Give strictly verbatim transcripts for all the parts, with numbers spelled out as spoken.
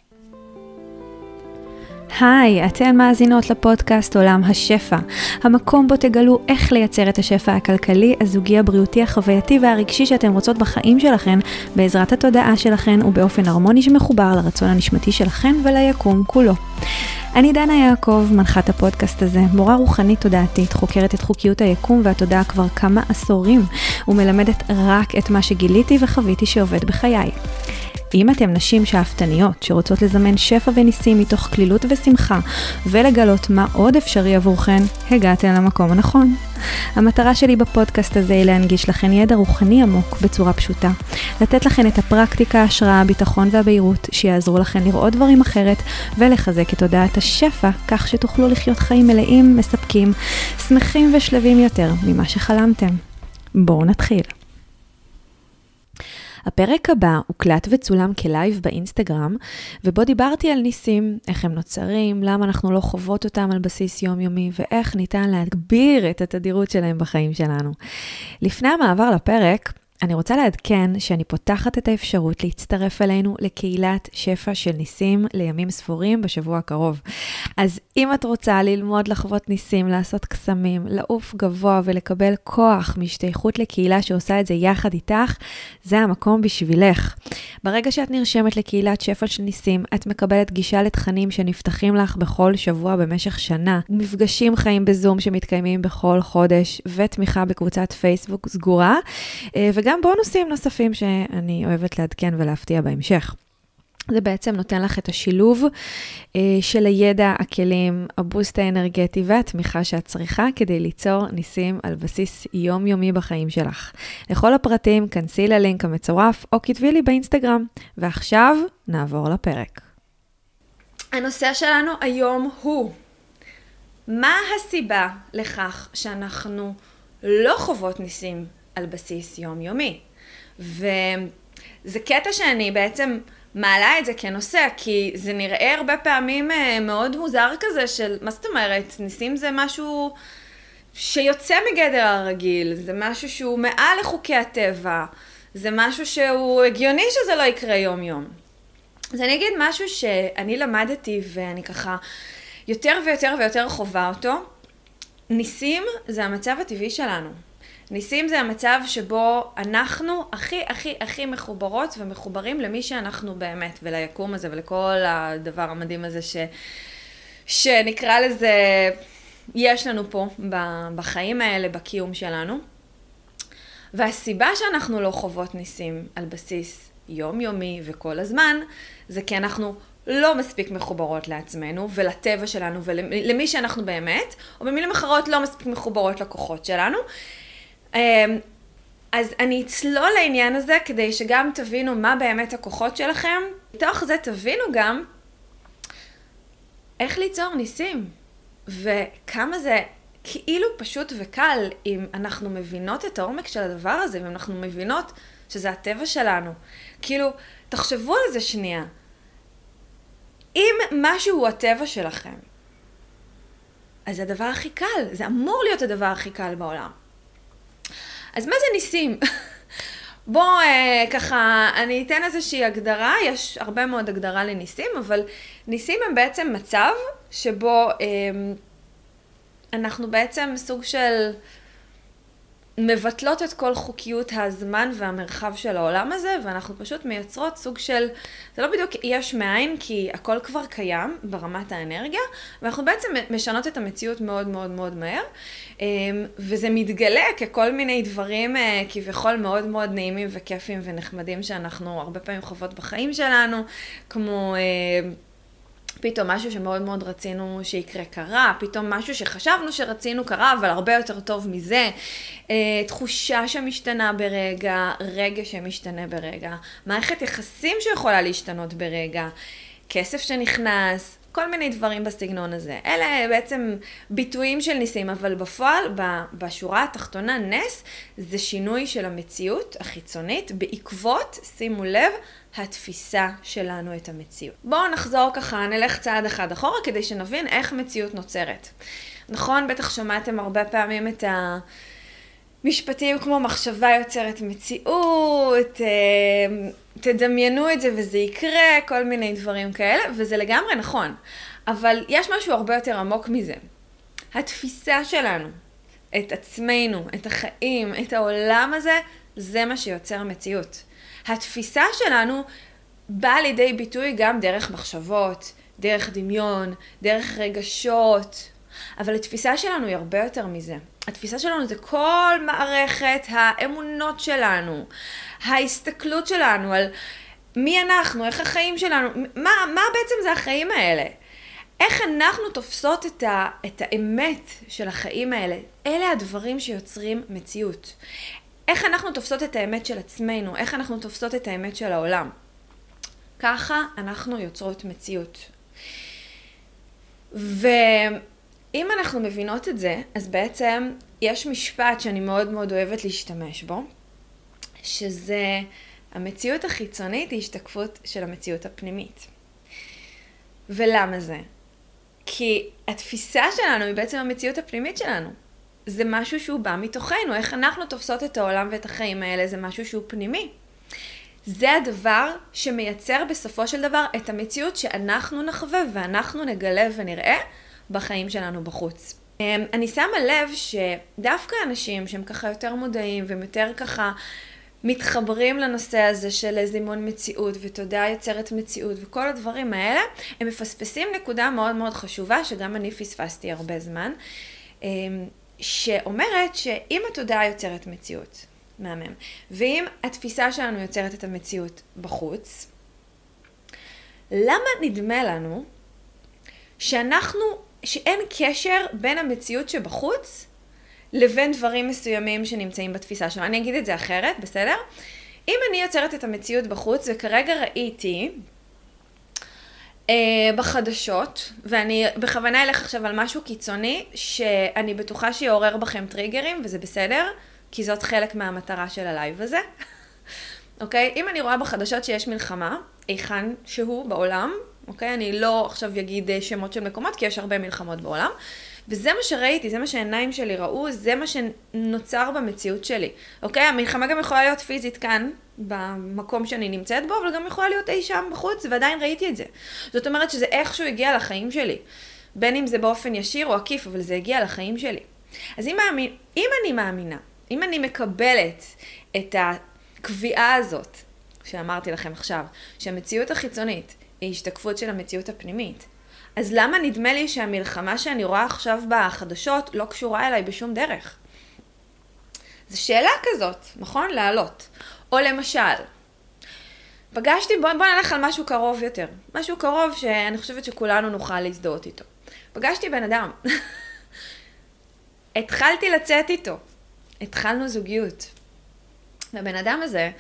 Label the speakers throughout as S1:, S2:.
S1: היי, אתן מאזינות לפודקאסט עולם השפע, המקום בו תגלו איך לייצר את השפע הכלכלי, הזוגי, הבריאותי, החווייתי והרגשי שאתן רוצות בחיים שלכן, בעזרת התודעה שלכן ובאופן הרמוני שמחובר לרצון הנשמתי שלכן וליקום כולו. אני דנה יעקב, מנחת הפודקאסט הזה, מורה רוחנית תודעתית, חוקרת את חוקיות היקום והתודעה כבר כמה עשורים, ומלמדת רק את מה שגיליתי וחוויתי שעובד בחיי. אם אתם נשים שאפתניות שרוצות לזמן שפע וניסים מתוך כלילות ושמחה ולגלות מה עוד אפשרי עבורכן, הגעתם למקום הנכון. המטרה שלי בפודקאסט הזה היא להנגיש לכן ידע רוחני עמוק בצורה פשוטה, לתת לכן את הפרקטיקה, ההשראה, הביטחון והבהירות שיעזרו לכן לראות דברים אחרת ולחזק את תודעת השפע כך שתוכלו לחיות חיים מלאים, מספקים, שמחים ושלבים יותר ממה שחלמתם. בואו נתחיל. הפרק הבא הוקלט וצולם כלייב באינסטגרם, ובו דיברתי על ניסים, איך הם נוצרים, למה אנחנו לא חוות אותם על בסיס יומיומי, ואיך ניתן להגביר את התדירות שלהם בחיים שלנו. לפני המעבר לפרק, אני רוצה לעדכן שאני פותחת את האפשרות להצטרף אלינו לקהילת שפע של ניסים לימים ספורים בשבוע הקרוב. אז אם את רוצה ללמוד לחוות ניסים, לעשות קסמים, לעוף גבוה ולקבל כוח משתייכות לקהילה שעושה את זה יחד איתך, זה המקום בשבילך. ברגע שאת נרשמת לקהילת שפע של ניסים, את מקבלת גישה לתכנים שנפתחים לך בכל שבוע במשך שנה, מפגשים חיים בזום שמתקיימים בכל חודש, ותמיכה בקבוצת פייסבוק סגורה, וגם גם בונוסים נוספים שאני אוהבת לעדכן ולהפתיע בהמשך. זה בעצם נותן לך את השילוב אה, של הידע, הכלים, הבוסט האנרגטי והתמיכה שאת צריכה כדי ליצור ניסים על בסיס יומיומי בחיים שלך. לכל הפרטים כנסי ללינק המצורף או כתבי לי באינסטגרם. ועכשיו נעבור לפרק. הנושא שלנו היום הוא, מה הסיבה לכך שאנחנו לא חוות ניסים על בסיס יומיומי? וזה קטע שאני בעצם מעלה את זה כנושא, כי זה נראה הרבה פעמים מאוד מוזר כזה של, מה זאת אומרת, ניסים זה משהו שיוצא מגדר הרגיל, זה משהו שהוא מעל לחוקי הטבע, זה משהו שהוא הגיוני שזה לא יקרה יום יום. אז אני אגיד משהו שאני למדתי ואני ככה יותר ויותר ויותר חובה אותו. ניסים זה המצב הטבעי שלנו. ניסים זה המצב שבו אנחנו הכי הכי הכי מחוברות ומחוברים למי שאנחנו באמת, וליקום הזה ולכל הדבר המדהים הזה ש... שנקרא לזה, יש לנו פה בחיים האלה, בקיום שלנו. והסיבה שאנחנו לא חוות ניסים על בסיס יומיומי וכל הזמן, זה כי אנחנו לא מספיק מחוברות לעצמנו ולטבע שלנו ולמי שאנחנו באמת, או במילים אחרות לא מספיק מחוברות לכוחות שלנו. אז אני אצלול לעניין הזה כדי שגם תבינו מה באמת הכוחות שלכם. מתוך זה תבינו גם איך ליצור ניסים וכמה זה כאילו פשוט וקל אם אנחנו מבינות את העומק של הדבר הזה, ואם אנחנו מבינות שזה הטבע שלנו. כאילו, תחשבו על זה שנייה. אם משהו הוא הטבע שלכם, אז זה הדבר הכי קל, זה אמור להיות הדבר הכי קל בעולם. אז מה זה ניסים? בוא, אה, ככה, אני אתן איזושהי הגדרה, יש הרבה מאוד הגדרה לניסים, אבל ניסים הם בעצם מצב שבו אה, אנחנו בעצם סוג של מבטלות את כל חוקיות הזמן והמרחב של העולם הזה, ואנחנו פשוט מייצרות סוג של, זה לא בדיוק יש מאין, כי הכל כבר קיים ברמת האנרגיה, ואנחנו בעצם משנות את המציאות מאוד מאוד מאוד מהר, וזה מתגלה ככל מיני דברים כביכול מאוד מאוד נעימים וכיפים ונחמדים שאנחנו הרבה פעמים חוות בחיים שלנו, כמו פתאום משהו שמאוד מאוד רצינו שיקרה קרה, פתאום משהו שחשבנו שרצינו קרה, אבל הרבה יותר טוב מזה, תחושה שמשתנה ברגע, רגע שמשתנה ברגע, מערכת יחסים שיכולה להשתנות ברגע, כסף שנכנס, כל מיני דברים בסגנון הזה. אלה בעצם ביטויים של ניסים, אבל בפועל, בשורה התחתונה, נס זה שינוי של המציאות החיצונית, בעקבות, שימו לב, התפיסה שלנו את המציאות. בואו נחזור ככה, נלך צעד אחד אחורה, כדי שנבין איך מציאות נוצרת. נכון, בטח שמעתם הרבה פעמים את המשפטים כמו מחשבה יוצרת מציאות, תדמיינו את זה וזה יקרה, כל מיני דברים כאלה, וזה לגמרי נכון. אבל יש משהו הרבה יותר עמוק מזה. התפיסה שלנו, את עצמנו, את החיים, את העולם הזה, זה מה שיוצר מציאות. התפיסה שלנו באה לידי ביטוי גם דרך מחשבות, דרך דמיון, דרך רגשות, אבל התפיסה שלנו היא הרבה יותר מזה. התפיסה שלנו זה כל מערכת האמונות שלנו, ההסתכלות שלנו על מי אנחנו, איך החיים שלנו, מה, מה בעצם זה החיים האלה? איך אנחנו תופסות את, ה, את האמת של החיים האלה? אלה הדברים שיוצרים מציאות. איך אנחנו תופסות את האמת של עצמנו? איך אנחנו תופסות את האמת של העולם? ככה אנחנו יוצרות מציאות. ואם אנחנו מבינות את זה, אז בעצם יש משפט שאני מאוד מאוד אוהבת להשתמש בו, שזה המציאות החיצונית היא השתקפות של המציאות הפנימית. ולמה זה? כי התפיסה שלנו היא בעצם המציאות הפנימית שלנו. זה משהו שהוא בא מתוכנו. איך אנחנו תופסות את העולם ואת החיים האלה, זה משהו שהוא פנימי. זה הדבר שמייצר בסופו של דבר את המציאות שאנחנו נחווה ואנחנו נגלה ונראה בחיים שלנו בחוץ. אני שמה לב שדווקא אנשים שהם ככה יותר מודעים והם יותר ככה מתחברים לנושא הזה של זימון מציאות ותודעה יוצרת מציאות וכל הדברים האלה, הם מפספסים נקודה מאוד מאוד חשובה שגם אני פספסתי הרבה זמן, שאומרת שאם התודעה יוצרת מציאות, מהמם, ואם התפיסה שלנו יוצרת את המציאות בחוץ, למה נדמה לנו שאנחנו, שאין קשר בין המציאות שבחוץ לבין דברים מסוימים שנמצאים בתפיסה שלנו? אני אגיד את זה אחרת, בסדר? אם אני יוצרת את המציאות בחוץ, וכרגע ראיתי אה, בחדשות, ואני בכוונה אלך עכשיו על משהו קיצוני, שאני בטוחה שיעורר בכם טריגרים, וזה בסדר, כי זאת חלק מהמטרה של הלייב הזה. אוקיי? אם אני רואה בחדשות שיש מלחמה, איכן שהוא בעולם, אוקיי? אני לא עכשיו אגיד שמות של מקומות, כי יש הרבה מלחמות בעולם. וזה מה שראיתי, זה מה שהעיניים שלי ראו, זה מה שנוצר במציאות שלי. אוקיי? המלחמה גם יכולה להיות פיזית כאן, במקום שאני נמצאת בו, אבל גם יכולה להיות אי שם בחוץ, ועדיין ראיתי את זה. זאת אומרת שזה איכשהו הגיע לחיים שלי. בין אם זה באופן ישיר או עקיף, אבל זה הגיע לחיים שלי. אז אם, מאמין, אם אני מאמינה, אם אני מקבלת את הקביעה הזאת, שאמרתי לכם עכשיו, שהמציאות החיצונית היא השתקפות של המציאות הפנימית, אז למה נדמה לי שהמלחמה שאני רואה עכשיו בחדשות לא קשורה אליי בשום דרך? זו שאלה כזאת, נכון? לעלות. או למשל, פגשתי, בוא, בוא נלך על משהו קרוב יותר. משהו קרוב שאני חושבת שכולנו נוכל להזדהות איתו. פגשתי בן אדם. התחלתי לצאת איתו. התחלנו זוגיות. והבן אדם הזה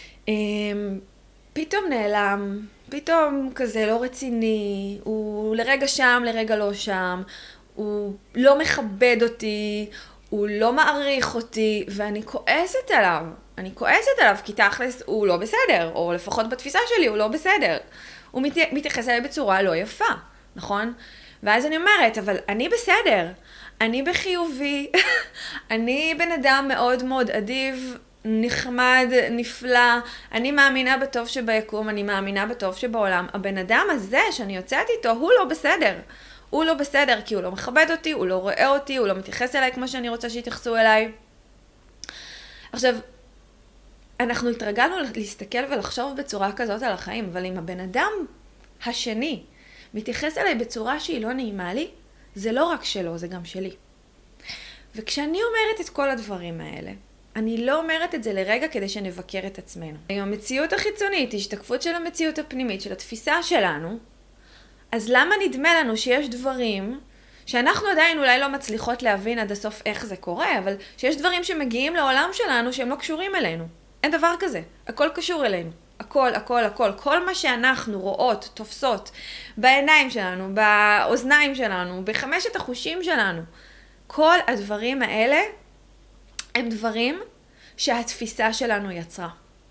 S1: פתאום נעלם, פתאום כזה לא רציני, הוא לרגע שם, לרגע לא שם, הוא לא מכבד אותי, הוא לא מעריך אותי, ואני כועסת עליו. אני כועסת עליו כי תכלס הוא לא בסדר, או לפחות בתפיסה שלי הוא לא בסדר. הוא מת... מתייחס אליי בצורה לא יפה, נכון? ואז אני אומרת, אבל אני בסדר, אני בחיובי, אני בן אדם מאוד מאוד אדיב, נחמד, נפלא, אני מאמינה בטוב שביקום, אני מאמינה בטוב שבעולם. הבן אדם הזה שאני יוצאת איתו, הוא לא בסדר. הוא לא בסדר כי הוא לא מכבד אותי, הוא לא רואה אותי, הוא לא מתייחס אליי כמו שאני רוצה שיתייחסו אליי. עכשיו, אנחנו התרגלנו להסתכל ולחשוב בצורה כזאת על החיים, אבל אם הבן אדם השני מתייחס אליי בצורה שהיא לא נעימה לי, זה לא רק שלו, זה גם שלי. וכשאני אומרת את כל הדברים האלה, אני לא אומרת את זה לרגע כדי שנבקר את עצמנו. המציאות החיצונית היא השתקפות של המציאות הפנימית, של התפיסה שלנו, אז למה נדמה לנו שיש דברים שאנחנו עדיין אולי לא מצליחות להבין עד הסוף איך זה קורה, אבל שיש דברים שמגיעים לעולם שלנו שהם לא קשורים אלינו. אין דבר כזה. הכל קשור אלינו. הכל, הכל, הכל. כל מה שאנחנו רואות, תופסות, בעיניים שלנו, באוזניים שלנו, בחמשת החושים שלנו, כל הדברים האלה הם דברים שהתפיסה שלנו יצרה.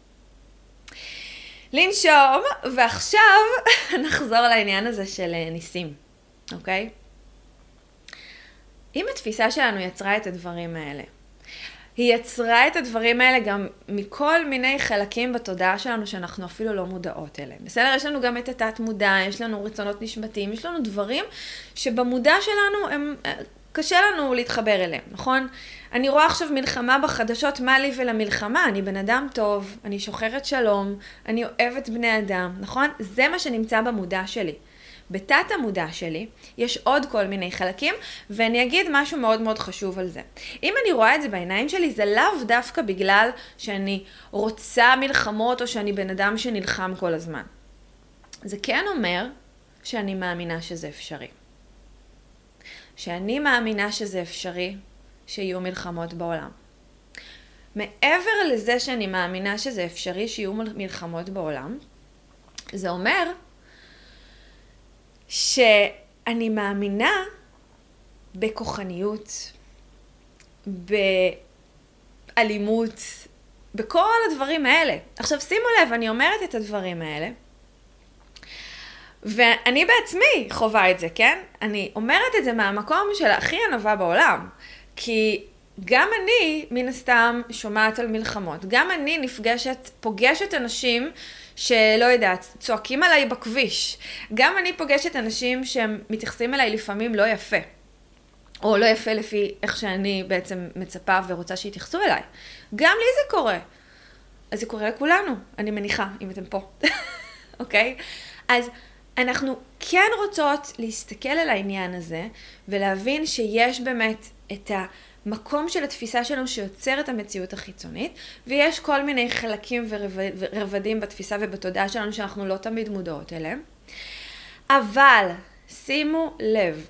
S1: לנשום, ועכשיו נחזור לעניין הזה של ניסים, אוקיי? אם התפיסה שלנו יצרה את הדברים האלה, היא יצרה את הדברים האלה גם מכל מיני חלקים בתודעה שלנו שאנחנו אפילו לא מודעות אליהם. בסדר? יש לנו גם את התת מודע, יש לנו רצונות נשמתיים, יש לנו דברים שבמודע שלנו הם, קשה לנו להתחבר אליהם, נכון? אני רואה עכשיו מלחמה בחדשות, מה לי ולמלחמה? אני בן אדם טוב, אני שוחרת שלום, אני אוהבת בני אדם, נכון? זה מה שנמצא במודע שלי. בתת המודע שלי יש עוד כל מיני חלקים, ואני אגיד משהו מאוד מאוד חשוב על זה. אם אני רואה את זה בעיניים שלי, זה לאו דווקא בגלל שאני רוצה מלחמות או שאני בן אדם שנלחם כל הזמן. זה כן אומר שאני מאמינה שזה אפשרי. שאני מאמינה שזה אפשרי שיהיו מלחמות בעולם. מעבר לזה שאני מאמינה שזה אפשרי שיהיו מלחמות בעולם, זה אומר שאני מאמינה בכוחניות, באלימות, בכל הדברים האלה. עכשיו שימו לב, אני אומרת את הדברים האלה, ואני בעצמי חווה את זה, כן? אני אומרת את זה מהמקום של הכי ענווה בעולם, כי גם אני מן הסתם שומעת על מלחמות, גם אני נפגשת, פוגשת אנשים שלא יודעת, צועקים עליי בכביש. גם אני פוגשת אנשים שהם מתייחסים אליי לפעמים לא יפה. או לא יפה לפי איך שאני בעצם מצפה ורוצה שיתייחסו אליי. גם לי זה קורה. אז זה קורה לכולנו, אני מניחה, אם אתם פה. אוקיי? אז אנחנו כן רוצות להסתכל על העניין הזה, ולהבין שיש באמת את ה... מקום של התפיסה שלנו שיוצר את המציאות החיצונית, ויש כל מיני חלקים ורבדים בתפיסה ובתודעה שלנו שאנחנו לא תמיד מודעות אליהם. אבל שימו לב,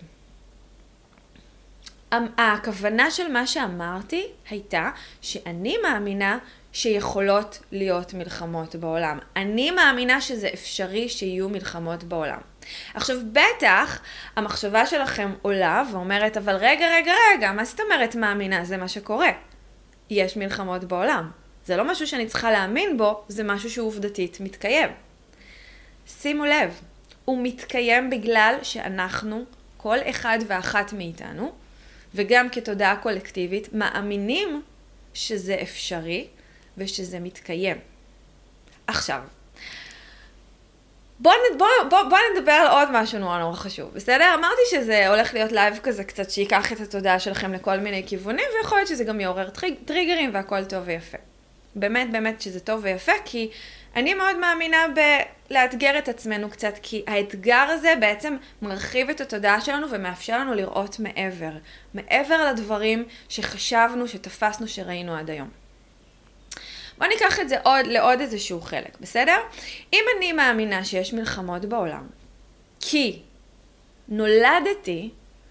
S1: הכוונה של מה שאמרתי הייתה שאני מאמינה שיכולות להיות מלחמות בעולם. אני מאמינה שזה אפשרי שיהיו מלחמות בעולם. עכשיו בטח המחשבה שלכם עולה ואומרת, אבל רגע רגע רגע, מה זאת אומרת מאמינה? זה מה שקורה. יש מלחמות בעולם. זה לא משהו שאני צריכה להאמין בו, זה משהו שהוא עובדתית מתקיים. שימו לב, הוא מתקיים בגלל שאנחנו, כל אחד ואחת מאיתנו, וגם כתודעה קולקטיבית, מאמינים שזה אפשרי ושזה מתקיים. עכשיו, בואו בוא, בוא, בוא נדבר על עוד משהו נורא נורא חשוב, בסדר? אמרתי שזה הולך להיות לייב כזה קצת שיקח את התודעה שלכם לכל מיני כיוונים, ויכול להיות שזה גם יעורר טריג, טריגרים והכל טוב ויפה. באמת באמת שזה טוב ויפה, כי אני מאוד מאמינה בלאתגר את עצמנו קצת, כי האתגר הזה בעצם מרחיב את התודעה שלנו ומאפשר לנו לראות מעבר, מעבר לדברים שחשבנו, שתפסנו, שראינו עד היום. בוא ניקח את זה עוד, לעוד איזשהו חלק, בסדר? אם אני מאמינה שיש מלחמות בעולם, כי נולדתי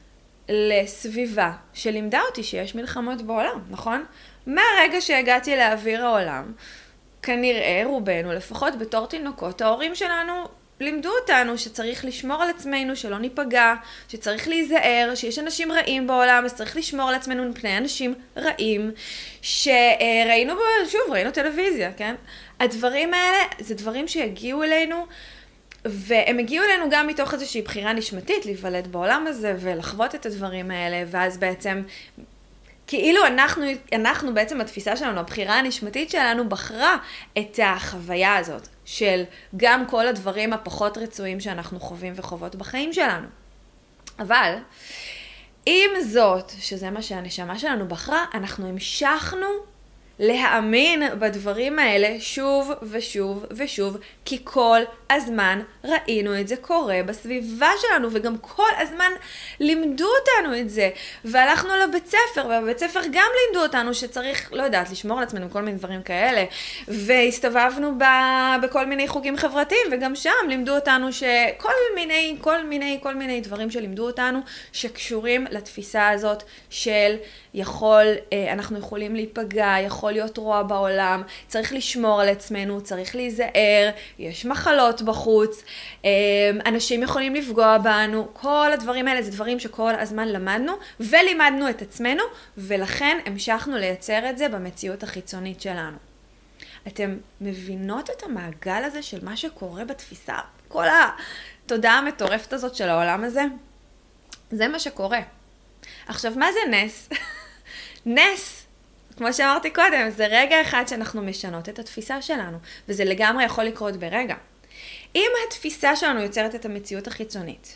S1: לסביבה שלימדה אותי שיש מלחמות בעולם, נכון? מהרגע שהגעתי לאוויר העולם, כנראה רובנו, לפחות בתור תינוקות, ההורים שלנו לימדו אותנו שצריך לשמור על עצמנו, שלא ניפגע, שצריך להיזהר, שיש אנשים רעים בעולם, אז צריך לשמור על עצמנו מפני אנשים רעים, שראינו, שוב, ראינו טלוויזיה, כן? הדברים האלה, זה דברים שהגיעו אלינו, והם הגיעו אלינו גם מתוך איזושהי בחירה נשמתית, להיוולד בעולם הזה ולחוות את הדברים האלה, ואז בעצם כאילו אנחנו, אנחנו בעצם התפיסה שלנו, הבחירה הנשמתית שלנו בחרה את החוויה הזאת של גם כל הדברים הפחות רצויים שאנחנו חווים וחוות בחיים שלנו. אבל עם זאת, שזה מה שהנשמה שלנו בחרה, אנחנו המשכנו להאמין בדברים האלה שוב ושוב ושוב, כי כל הזמן ראינו את זה קורה בסביבה שלנו, וגם כל הזמן לימדו אותנו את זה, והלכנו לבית ספר, ובבית ספר גם לימדו אותנו שצריך, לא יודעת, לשמור על עצמנו כל מיני דברים כאלה, והסתובבנו ב- בכל מיני חוגים חברתיים, וגם שם לימדו אותנו שכל מיני, כל מיני, כל מיני דברים שלימדו אותנו, שקשורים לתפיסה הזאת של יכול, אנחנו יכולים להיפגע, יכול להיות רוע בעולם, צריך לשמור על עצמנו, צריך להיזהר, יש מחלות בחוץ, אנשים יכולים לפגוע בנו, כל הדברים האלה זה דברים שכל הזמן למדנו ולימדנו את עצמנו, ולכן המשכנו לייצר את זה במציאות החיצונית שלנו. אתם מבינות את המעגל הזה של מה שקורה בתפיסה? כל התודעה המטורפת הזאת של העולם הזה? זה מה שקורה. עכשיו, מה זה נס? נס, כמו שאמרתי קודם, זה רגע אחד שאנחנו משנות את התפיסה שלנו, וזה לגמרי יכול לקרות ברגע. אם התפיסה שלנו יוצרת את המציאות החיצונית,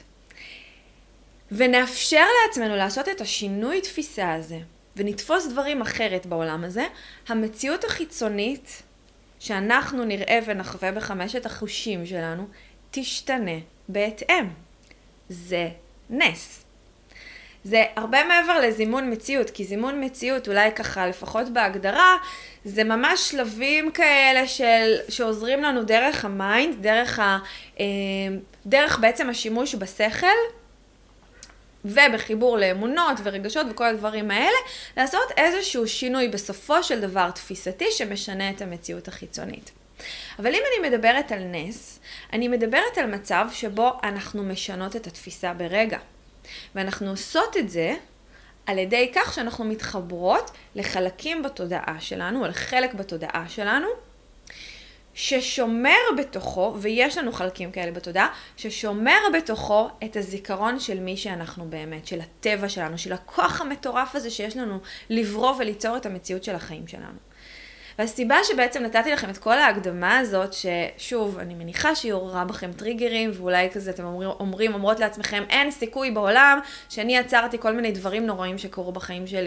S1: ונאפשר לעצמנו לעשות את השינוי תפיסה הזה, ונתפוס דברים אחרת בעולם הזה, המציאות החיצונית שאנחנו נראה ונחווה בחמשת החושים שלנו, תשתנה בהתאם. זה נס. זה הרבה מעבר לזימון מציאות, כי זימון מציאות, אולי ככה, לפחות בהגדרה, זה ממש שלבים כאלה של, שעוזרים לנו דרך המיינד, דרך, ה, דרך בעצם השימוש בשכל, ובחיבור לאמונות ורגשות וכל הדברים האלה, לעשות איזשהו שינוי בסופו של דבר תפיסתי שמשנה את המציאות החיצונית. אבל אם אני מדברת על נס, אני מדברת על מצב שבו אנחנו משנות את התפיסה ברגע. ואנחנו עושות את זה על ידי כך שאנחנו מתחברות לחלקים בתודעה שלנו, או לחלק בתודעה שלנו, ששומר בתוכו, ויש לנו חלקים כאלה בתודעה, ששומר בתוכו את הזיכרון של מי שאנחנו באמת, של הטבע שלנו, של הכוח המטורף הזה שיש לנו לברוא וליצור את המציאות של החיים שלנו. והסיבה שבעצם נתתי לכם את כל ההקדמה הזאת, ששוב, אני מניחה שיעוררה בכם טריגרים, ואולי כזה אתם אומרים, אומרים, אומרות לעצמכם, אין סיכוי בעולם שאני עצרתי כל מיני דברים נוראים שקורו בחיים שלי.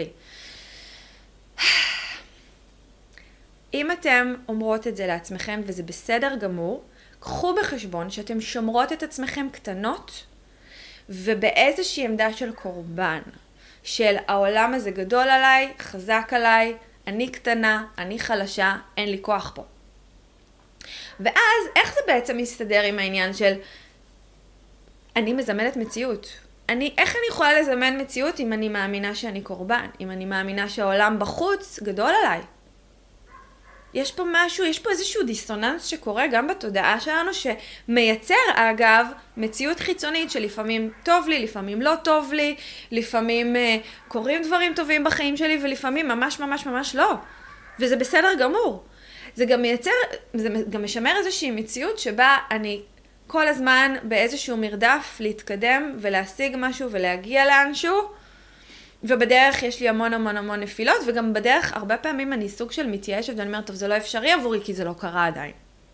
S1: אם אתם אומרות את זה לעצמכם, וזה בסדר גמור, קחו בחשבון שאתם שומרות את עצמכם קטנות, ובאיזושהי עמדה של קורבן, של העולם הזה גדול עליי, חזק עליי, אני קטנה, אני חלשה, אין לי כוח פה. ואז איך זה בעצם מסתדר עם העניין של אני מזמנת מציאות? אני, איך אני יכולה לזמן מציאות אם אני מאמינה שאני קורבן? אם אני מאמינה שהעולם בחוץ גדול עליי? יש פה משהו, יש פה איזשהו דיסוננס שקורה גם בתודעה שלנו, שמייצר אגב מציאות חיצונית שלפעמים טוב לי, לפעמים לא טוב לי, לפעמים uh, קורים דברים טובים בחיים שלי, ולפעמים ממש ממש ממש לא. וזה בסדר גמור. זה גם מייצר, זה גם משמר איזושהי מציאות שבה אני כל הזמן באיזשהו מרדף להתקדם ולהשיג משהו ולהגיע לאנשהו, ובדרך יש לי המון המון המון נפילות, וגם בדרך הרבה פעמים אני סוג של מתייאשת, ואני אומרת, טוב, זה לא אפשרי עבורי, כי זה לא קרה עדיין.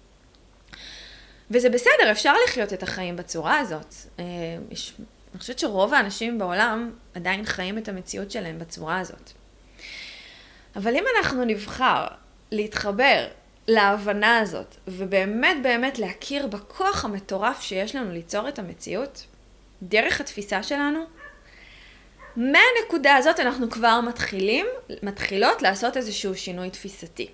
S1: וזה בסדר, אפשר לחיות את החיים בצורה הזאת. יש, אני חושבת שרוב האנשים בעולם עדיין חיים את המציאות שלהם בצורה הזאת. אבל אם אנחנו נבחר להתחבר להבנה הזאת, ובאמת באמת להכיר בכוח המטורף שיש לנו ליצור את המציאות, דרך התפיסה שלנו, מהנקודה הזאת אנחנו כבר מתחילים, מתחילות לעשות איזשהו שינוי תפיסתי.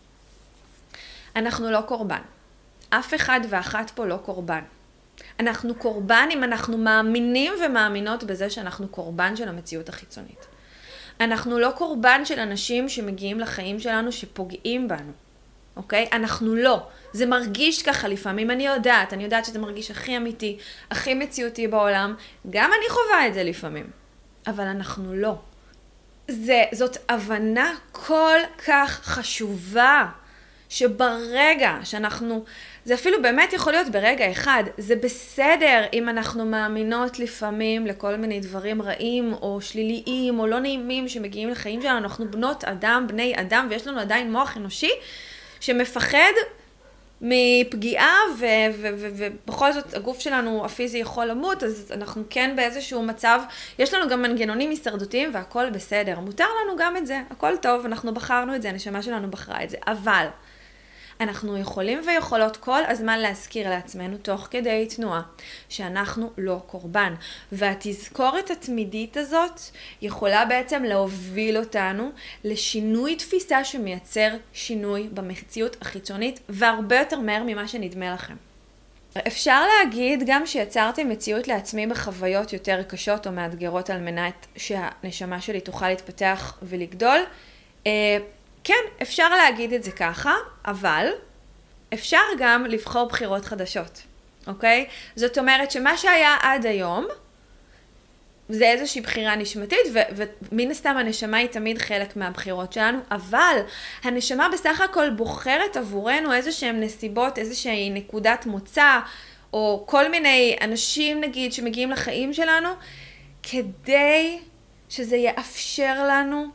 S1: אנחנו לא קורבן. אף אחד ואחת פה לא קורבן. אנחנו קורבן אם אנחנו מאמינים ומאמינות בזה שאנחנו קורבן של המציאות החיצונית. אנחנו לא קורבן של אנשים שמגיעים לחיים שלנו שפוגעים בנו. אוקיי? אנחנו לא. זה מרגיש ככה לפעמים, אני יודעת, אני יודעת שזה מרגיש הכי אמיתי, הכי מציאותי בעולם. גם אני חווה את זה לפעמים. אבל אנחנו לא. זה, זאת הבנה כל כך חשובה, שברגע שאנחנו, זה אפילו באמת יכול להיות ברגע אחד, זה בסדר אם אנחנו מאמינות לפעמים לכל מיני דברים רעים או שליליים או לא נעימים שמגיעים לחיים שלנו, אנחנו בנות אדם, בני אדם, ויש לנו עדיין מוח אנושי שמפחד מפגיעה, ו- ו- ו- ובכל זאת הגוף שלנו הפיזי יכול למות, אז אנחנו כן באיזשהו מצב, יש לנו גם מנגנונים הישרדותיים והכל בסדר. מותר לנו גם את זה, הכל טוב, אנחנו בחרנו את זה, הנשמה שלנו בחרה את זה. אבל אנחנו יכולים ויכולות כל הזמן להזכיר לעצמנו תוך כדי תנועה שאנחנו לא קורבן. והתזכורת התמידית הזאת יכולה בעצם להוביל אותנו לשינוי תפיסה שמייצר שינוי במציאות החיצונית והרבה יותר מהר ממה שנדמה לכם. אפשר להגיד גם שיצרתי מציאות לעצמי בחוויות יותר קשות או מאתגרות על מנת שהנשמה שלי תוכל להתפתח ולגדול. כן, אפשר להגיד את זה ככה, אבל אפשר גם לבחור בחירות חדשות, אוקיי? זאת אומרת שמה שהיה עד היום, זה איזושהי בחירה נשמתית, ו- ומן הסתם הנשמה היא תמיד חלק מהבחירות שלנו, אבל הנשמה בסך הכל בוחרת עבורנו איזשהם נסיבות, איזושהי נקודת מוצא, או כל מיני אנשים נגיד שמגיעים לחיים שלנו, כדי שזה יאפשר לנו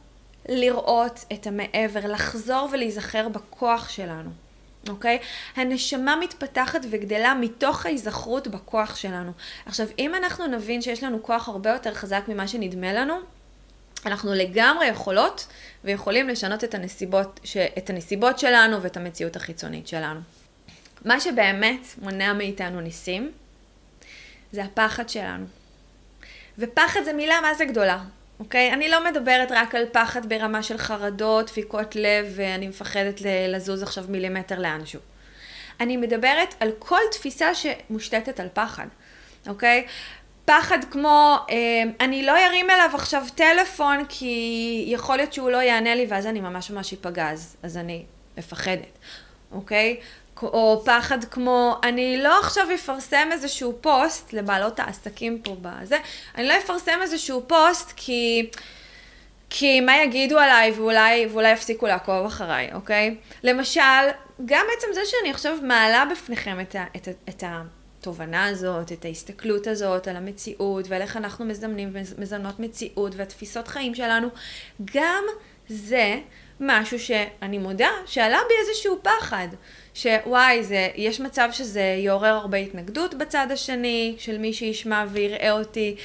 S1: לראות את המעבר, לחזור ולהיזכר בכוח שלנו. אוקיי? הנשמה מתפתחת וגדלה מתוך ההיזכרות בכוח שלנו. עכשיו, אם אנחנו נבין שיש לנו כוח הרבה יותר חזק ממה שנדמה לנו, אנחנו לגמרי יכולות ויכולים לשנות את הנסיבות, את הנסיבות שלנו ואת המציאות החיצונית שלנו. מה שבאמת מונע מאיתנו ניסים, זה הפחד שלנו. ופחד זה מילה מה זה גדולה, אוקיי? אני לא מדברת רק על פחד ברמה של חרדות, דפיקות לב, ואני מפחדת לזוז עכשיו מילימטר לאנשהו. אני מדברת על כל תפיסה שמושתתת על פחד, אוקיי? פחד כמו, אני לא ארים אליו עכשיו טלפון, כי יכול להיות שהוא לא יענה לי, ואז אני ממש ממש ייפגע, אז אני מפחדת, אוקיי? או פחד כמו, אני לא עכשיו אפרסם איזשהו פוסט, לבעלות העסקים פה בזה, אני לא אפרסם איזשהו פוסט כי, כי מה יגידו עליי ואולי, ואולי יפסיקו לעקוב אחריי, אוקיי? למשל, גם בעצם זה שאני עכשיו מעלה בפניכם את, ה, את, ה, את התובנה הזאת, את ההסתכלות הזאת על המציאות, ועל איך אנחנו מזמנים ומזמנות מציאות והתפיסות חיים שלנו, גם זה משהו שאני מודה שעלה בי איזשהו פחד. שוואי, זה, יש מצב שזה יעורר הרבה התנגדות בצד השני, של מי שישמע ויראה אותי.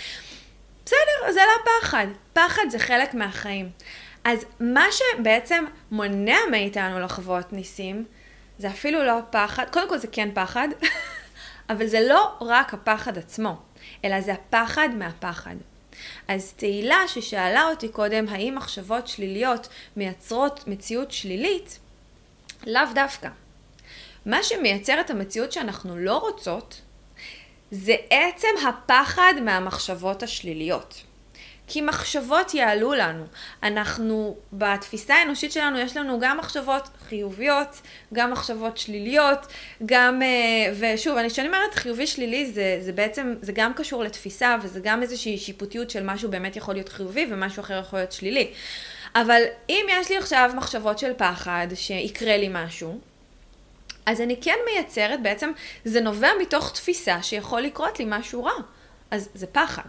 S1: בסדר, זה לא פחד. פחד זה חלק מהחיים. אז מה שבעצם מונע מאיתנו לחוות ניסים, זה אפילו לא פחד, קודם כל זה כן פחד, אבל זה לא רק הפחד עצמו, אלא זה הפחד מהפחד. אז תהילה ששאלה אותי קודם, האם מחשבות שליליות מייצרות מציאות שלילית, לאו דווקא. מה שמייצר את המציאות שאנחנו לא רוצות, זה עצם הפחד מהמחשבות השליליות. כי מחשבות יעלו לנו. אנחנו, בתפיסה האנושית שלנו, יש לנו גם מחשבות חיוביות, גם מחשבות שליליות, גם, ושוב, אני שאני אומרת חיובי שלילי, זה, זה בעצם, זה גם קשור לתפיסה, וזה גם איזושהי שיפוטיות של משהו באמת יכול להיות חיובי, ומשהו אחר יכול להיות שלילי. אבל אם יש לי עכשיו מחשבות של פחד, שיקרה לי משהו, אז אני כן מייצרת, בעצם זה נובע מתוך תפיסה שיכול לקרות לי משהו רע. אז זה פחד.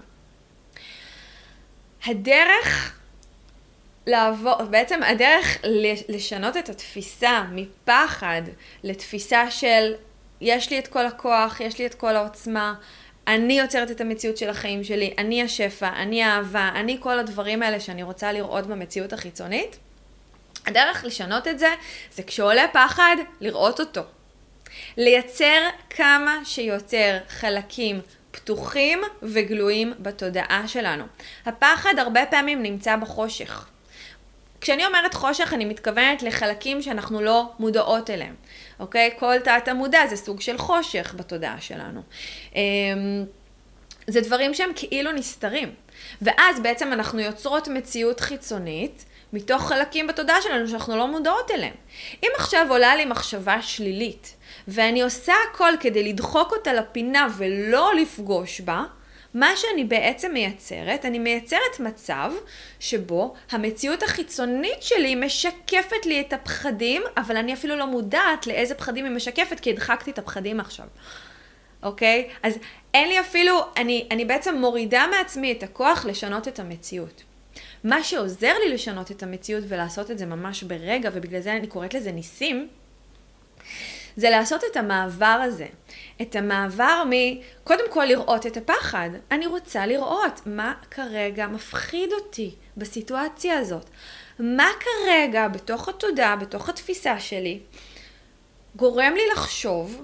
S1: הדרך לעבור, בעצם הדרך לשנות את התפיסה מפחד לתפיסה של יש לי את כל הכוח, יש לי את כל העוצמה, אני יוצרת את המציאות של החיים שלי, אני השפע, אני האהבה, אני כל הדברים האלה שאני רוצה לראות במציאות החיצונית. הדרך לשנות את זה, זה כשעולה פחד, לראות אותו. לייצר כמה שיותר חלקים פתוחים וגלויים בתודעה שלנו. הפחד הרבה פעמים נמצא בחושך. כשאני אומרת חושך, אני מתכוונת לחלקים שאנחנו לא מודעות אליהם. אוקיי? כל תת המודע זה סוג של חושך בתודעה שלנו. זה דברים שהם כאילו נסתרים. ואז בעצם אנחנו יוצרות מציאות חיצונית, מתוך חלקים בתודעה שלנו שאנחנו לא מודעות אליהם. אם עכשיו עולה לי מחשבה שלילית, ואני עושה הכל כדי לדחוק אותה לפינה ולא לפגוש בה, מה שאני בעצם מייצרת, אני מייצרת מצב שבו המציאות החיצונית שלי משקפת לי את הפחדים, אבל אני אפילו לא מודעת לאיזה פחדים היא משקפת, כי הדחקתי את הפחדים עכשיו. אוקיי? אז אין לי אפילו, אני, אני בעצם מורידה מעצמי את הכוח לשנות את המציאות. מה שעוזר לי לשנות את המציאות ולעשות את זה ממש ברגע, ובגלל זה אני קוראת לזה ניסים, זה לעשות את המעבר הזה. את המעבר מ... קודם כל לראות את הפחד. אני רוצה לראות מה כרגע מפחיד אותי בסיטואציה הזאת. מה כרגע בתוך התודעה, בתוך התפיסה שלי, גורם לי לחשוב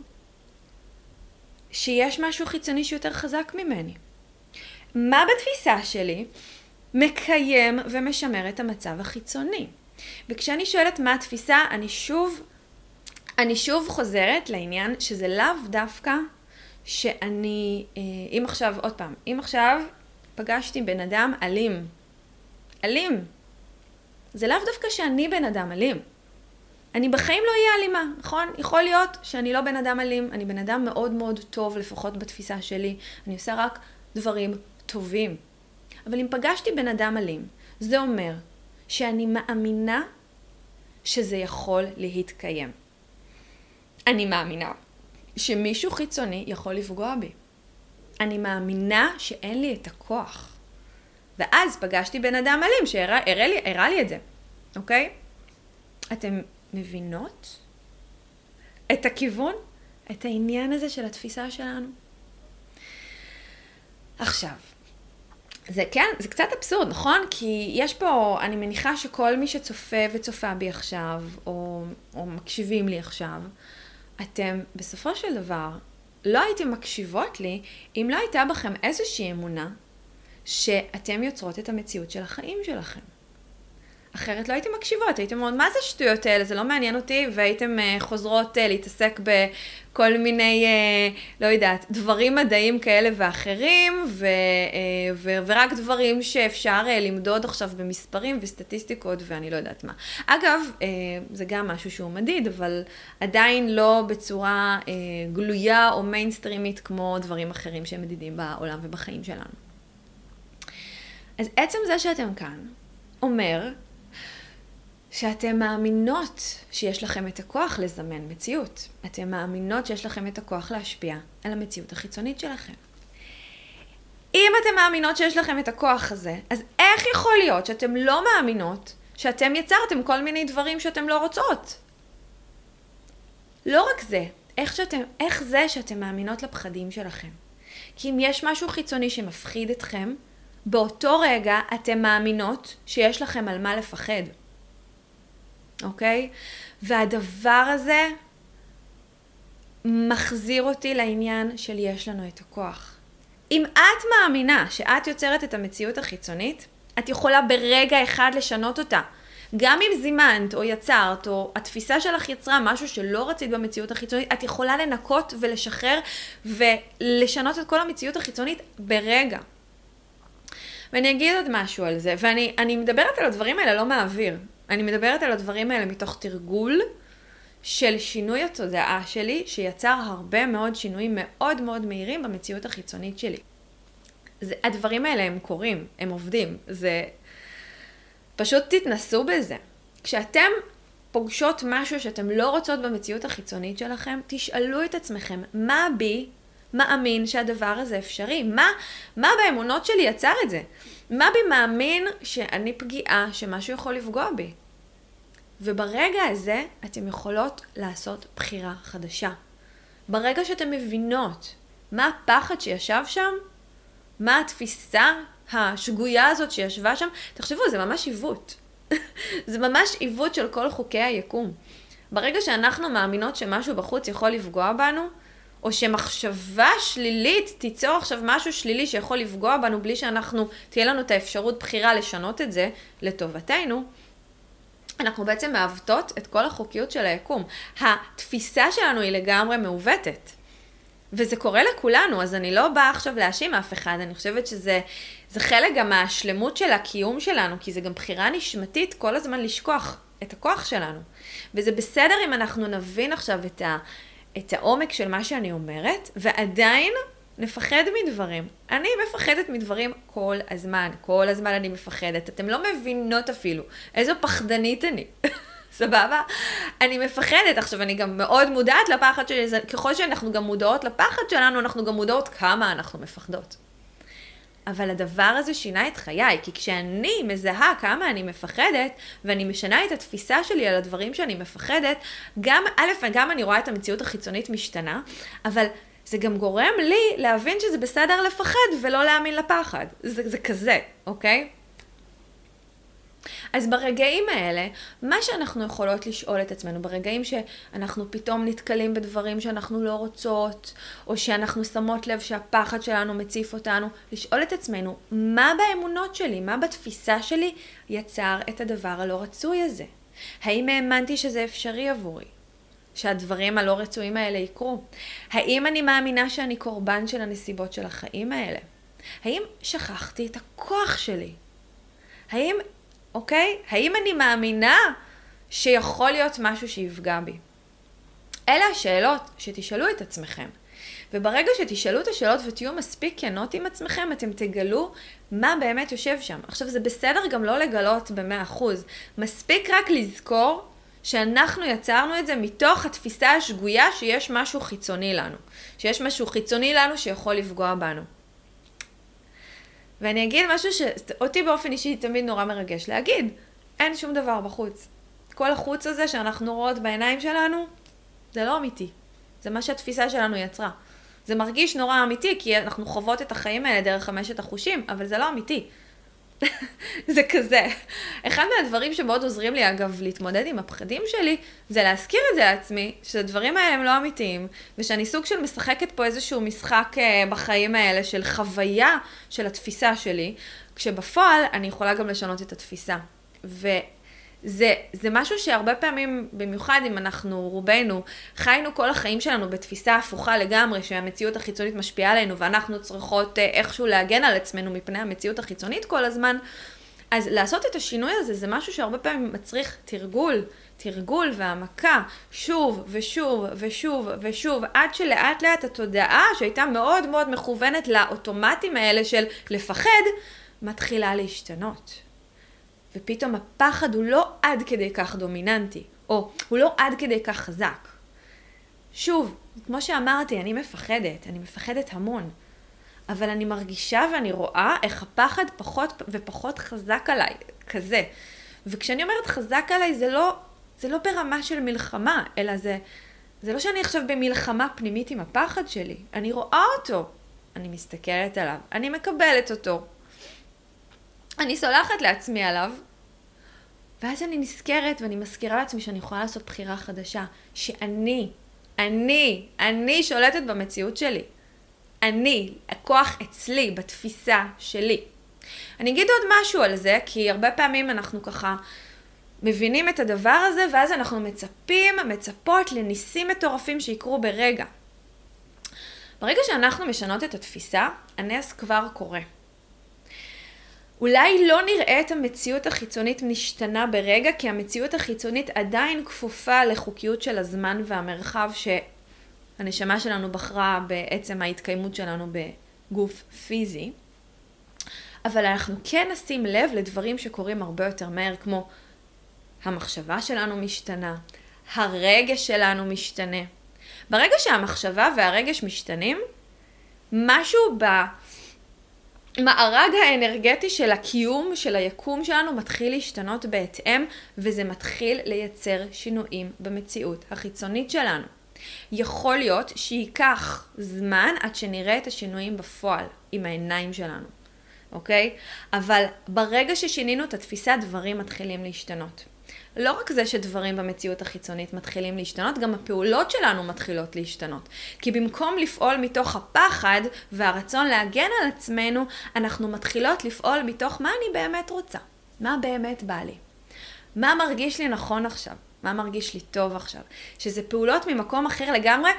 S1: שיש משהו חיצוני שיותר חזק ממני. מה בתפיסה שלי מקיים ומשמר את המצב החיצוני. וכשאני שואלת מה התפיסה, אני שוב, אני שוב חוזרת לעניין שזה לאו דווקא שאני, אם עכשיו, עוד פעם, אם עכשיו פגשתי בן אדם אלים, אלים, זה לאו דווקא שאני בן אדם אלים. אני בחיים לא אהיה אלימה, נכון? יכול להיות שאני לא בן אדם אלים, אני בן אדם מאוד מאוד טוב, לפחות בתפיסה שלי, אני עושה רק דברים טובים. אבל אם פגשתי בן אדם אלים, זה אומר שאני מאמינה שזה יכול להתקיים. אני מאמינה שמישהו חיצוני יכול לפגוע בי. אני מאמינה שאין לי את הכוח. ואז פגשתי בן אדם אלים שהראה לי, הראה לי את זה. אוקיי? אתם מבינות את הכיוון, את העניין הזה של התפיסה שלנו? עכשיו, זה כן, זה קצת אבסורד, נכון? כי יש פה, אני מניחה שכל מי שצופה וצופה בי עכשיו, או, או מקשיבים לי עכשיו, אתם בסופו של דבר לא הייתם מקשיבות לי אם לא הייתה בכם איזושהי אמונה שאתם יוצרות את המציאות של החיים שלכם. אחרת לא הייתם מקשיבות, הייתם אומרות, מה זה שטויות האלה? זה לא מעניין אותי, והייתם uh, חוזרות uh, להתעסק בכל מיני, uh, לא יודעת, דברים מדעיים כאלה ואחרים, ו, uh, ו, ורק דברים שאפשר uh, למדוד עכשיו במספרים וסטטיסטיקות, ואני לא יודעת מה. אגב, uh, זה גם משהו שהוא מדיד, אבל עדיין לא בצורה uh, גלויה או מיינסטרימית, כמו דברים אחרים שהם מדידים בעולם ובחיים שלנו. אז עצם זה שאתם כאן, אומר, שאתם מאמינות שיש לכם את הכוח לזמן מציאות. אתם מאמינות שיש לכם את הכוח להשפיע על המציאות החיצונית שלכם. אם אתם מאמינות שיש לכם את הכוח הזה, אז איך יכול להיות שאתם לא מאמינות שאתם יצרתם כל מיני דברים שאתם לא רוצות? לא רק זה, איך, שאתם, איך זה שאתם מאמינות לפחדים שלכם. כי אם יש משהו חיצוני שמפחיד אתכם, באותו רגע אתם מאמינות שיש לכם על מה לפחד. אוקיי? והדבר הזה מחזיר אותי לעניין של יש לנו את הכוח. אם את מאמינה שאת יוצרת את המציאות החיצונית, את יכולה ברגע אחד לשנות אותה. גם אם זימנת או יצרת או התפיסה שלך יצרה משהו שלא רצית במציאות החיצונית, את יכולה לנקות ולשחרר ולשנות את כל המציאות החיצונית ברגע. ואני אגיד עוד משהו על זה, ואני אני מדברת על הדברים האלה לא מהאוויר. אני מדברת על הדברים האלה מתוך תרגול של שינוי התודעה שלי, שיצר הרבה מאוד שינויים מאוד מאוד מהירים במציאות החיצונית שלי. זה, הדברים האלה הם קורים, הם עובדים. זה, פשוט תתנסו בזה. כשאתם פוגשות משהו שאתם לא רוצות במציאות החיצונית שלכם, תשאלו את עצמכם, מה בי מאמין שהדבר הזה אפשרי? מה, מה באמונות שלי יצר את זה? מה בי מאמין שאני פגיעה, שמשהו יכול לפגוע בי? וברגע הזה אתם יכולות לעשות בחירה חדשה. ברגע שאתם מבינות מה הפחד שישב שם, מה התפיסה השגויה הזאת שישבה שם, תחשבו, זה ממש עיוות. זה ממש עיוות של כל חוקי היקום. ברגע שאנחנו מאמינות שמשהו בחוץ יכול לפגוע בנו, או שמחשבה שלילית תיצור עכשיו משהו שלילי שיכול לפגוע בנו בלי שאנחנו, תהיה לנו את האפשרות בחירה לשנות את זה לטובתנו, אנחנו בעצם מעוותות את כל החוקיות של היקום. התפיסה שלנו היא לגמרי מעוותת. וזה קורה לכולנו, אז אני לא באה עכשיו להאשים אף אחד, אני חושבת שזה זה חלק גם מהשלמות של הקיום שלנו, כי זה גם בחירה נשמתית כל הזמן לשכוח את הכוח שלנו. וזה בסדר אם אנחנו נבין עכשיו את ה... את העומק של מה שאני אומרת, ועדיין נפחד מדברים. אני מפחדת מדברים כל הזמן, כל הזמן אני מפחדת. אתם לא מבינות אפילו איזו פחדנית אני. סבבה? אני מפחדת. עכשיו, אני גם מאוד מודעת לפחד שלי. ככל שאנחנו גם מודעות לפחד שלנו, אנחנו גם מודעות כמה אנחנו מפחדות. אבל הדבר הזה שינה את חיי, כי כשאני מזהה כמה אני מפחדת, ואני משנה את התפיסה שלי על הדברים שאני מפחדת, גם א' וגם אני רואה את המציאות החיצונית משתנה, אבל זה גם גורם לי להבין שזה בסדר לפחד ולא להאמין לפחד. זה, זה כזה, אוקיי? אז ברגעים האלה, מה שאנחנו יכולות לשאול את עצמנו, ברגעים שאנחנו פתאום נתקלים בדברים שאנחנו לא רוצות, או שאנחנו שמות לב שהפחד שלנו מציף אותנו, לשאול את עצמנו, מה באמונות שלי, מה בתפיסה שלי יצר את הדבר הלא רצוי הזה? האם האמנתי שזה אפשרי עבורי? שהדברים הלא רצויים האלה יקרו? האם אני מאמינה שאני קורבן של הנסיבות של החיים האלה? האם שכחתי את הכוח שלי? האם אוקיי? האם אני מאמינה שיכול להיות משהו שיפגע בי? אלה השאלות שתשאלו את עצמכם. וברגע שתשאלו את השאלות ותהיו מספיק כנות עם עצמכם, אתם תגלו מה באמת יושב שם. עכשיו, זה בסדר גם לא לגלות ב-מאה אחוז. מספיק רק לזכור שאנחנו יצרנו את זה מתוך התפיסה השגויה שיש משהו חיצוני לנו. שיש משהו חיצוני לנו שיכול לפגוע בנו. ואני אגיד משהו שאותי באופן אישי תמיד נורא מרגש להגיד. אין שום דבר בחוץ. כל החוץ הזה שאנחנו רואות בעיניים שלנו, זה לא אמיתי. זה מה שהתפיסה שלנו יצרה. זה מרגיש נורא אמיתי, כי אנחנו חוות את החיים האלה דרך חמשת החושים, אבל זה לא אמיתי. זה כזה. אחד מהדברים שמאוד עוזרים לי, אגב, להתמודד עם הפחדים שלי, זה להזכיר את זה לעצמי, שהדברים האלה הם לא אמיתיים, ושאני סוג של משחקת פה איזשהו משחק בחיים האלה, של חוויה של התפיסה שלי, כשבפועל אני יכולה גם לשנות את התפיסה. וזה זה משהו שהרבה פעמים, במיוחד אם אנחנו רובנו, חיינו כל החיים שלנו בתפיסה הפוכה לגמרי, שהמציאות החיצונית משפיעה עלינו, ואנחנו צריכות איכשהו להגן על עצמנו מפני המציאות החיצונית כל הזמן, אז לעשות את השינוי הזה, זה משהו שהרבה פעמים מצריך תרגול, תרגול והעמקה, שוב ושוב ושוב ושוב, עד שלאט לאט התודעה שהייתה מאוד מאוד מכוונת לאוטומטים האלה של לפחד, מתחילה להשתנות. ופתאום הפחד הוא לא עד כדי כך דומיננטי, או הוא לא עד כדי כך חזק. שוב, כמו שאמרתי, אני מפחדת, אני מפחדת המון. אבל אני מרגישה ואני רואה איך הפחד פחות ופחות חזק עליי, כזה. וכשאני אומרת חזק עליי, זה לא, זה לא ברמה של מלחמה, אלא זה, זה לא שאני עכשיו במלחמה פנימית עם הפחד שלי. אני רואה אותו, אני מסתכלת עליו, אני מקבלת אותו. אני סולחת לעצמי עליו, ואז אני נזכרת ואני מזכירה לעצמי שאני יכולה לעשות בחירה חדשה, שאני, אני, אני שולטת במציאות שלי. אני, הכוח אצלי, בתפיסה שלי. אני אגיד עוד משהו על זה, כי הרבה פעמים אנחנו ככה מבינים את הדבר הזה, ואז אנחנו מצפים, מצפות לניסים מטורפים שיקרו ברגע. ברגע שאנחנו משנות את התפיסה, הנס כבר קורה. אולי לא נראה את המציאות החיצונית משתנה ברגע, כי המציאות החיצונית עדיין כפופה לחוקיות של הזמן והמרחב שהנשמה שלנו בחרה בעצם ההתקיימות שלנו בגוף פיזי. אבל אנחנו כן נשים לב לדברים שקורים הרבה יותר מהר, כמו המחשבה שלנו משתנה, הרגש שלנו משתנה. ברגע שהמחשבה והרגש משתנים, משהו ב... מארג האנרגטי של הקיום, של היקום שלנו, מתחיל להשתנות בהתאם, וזה מתחיל לייצר שינויים במציאות החיצונית שלנו. יכול להיות שייקח זמן עד שנראה את השינויים בפועל, עם העיניים שלנו, אוקיי? אבל ברגע ששינינו את התפיסה, דברים מתחילים להשתנות. לא רק זה שדברים במציאות החיצונית מתחילים להשתנות, גם הפעולות שלנו מתחילות להשתנות. כי במקום לפעול מתוך הפחד והרצון להגן על עצמנו, אנחנו מתחילות לפעול מתוך מה אני באמת רוצה, מה באמת בא לי, מה מרגיש לי נכון עכשיו, מה מרגיש לי טוב עכשיו. שזה פעולות ממקום אחר לגמרי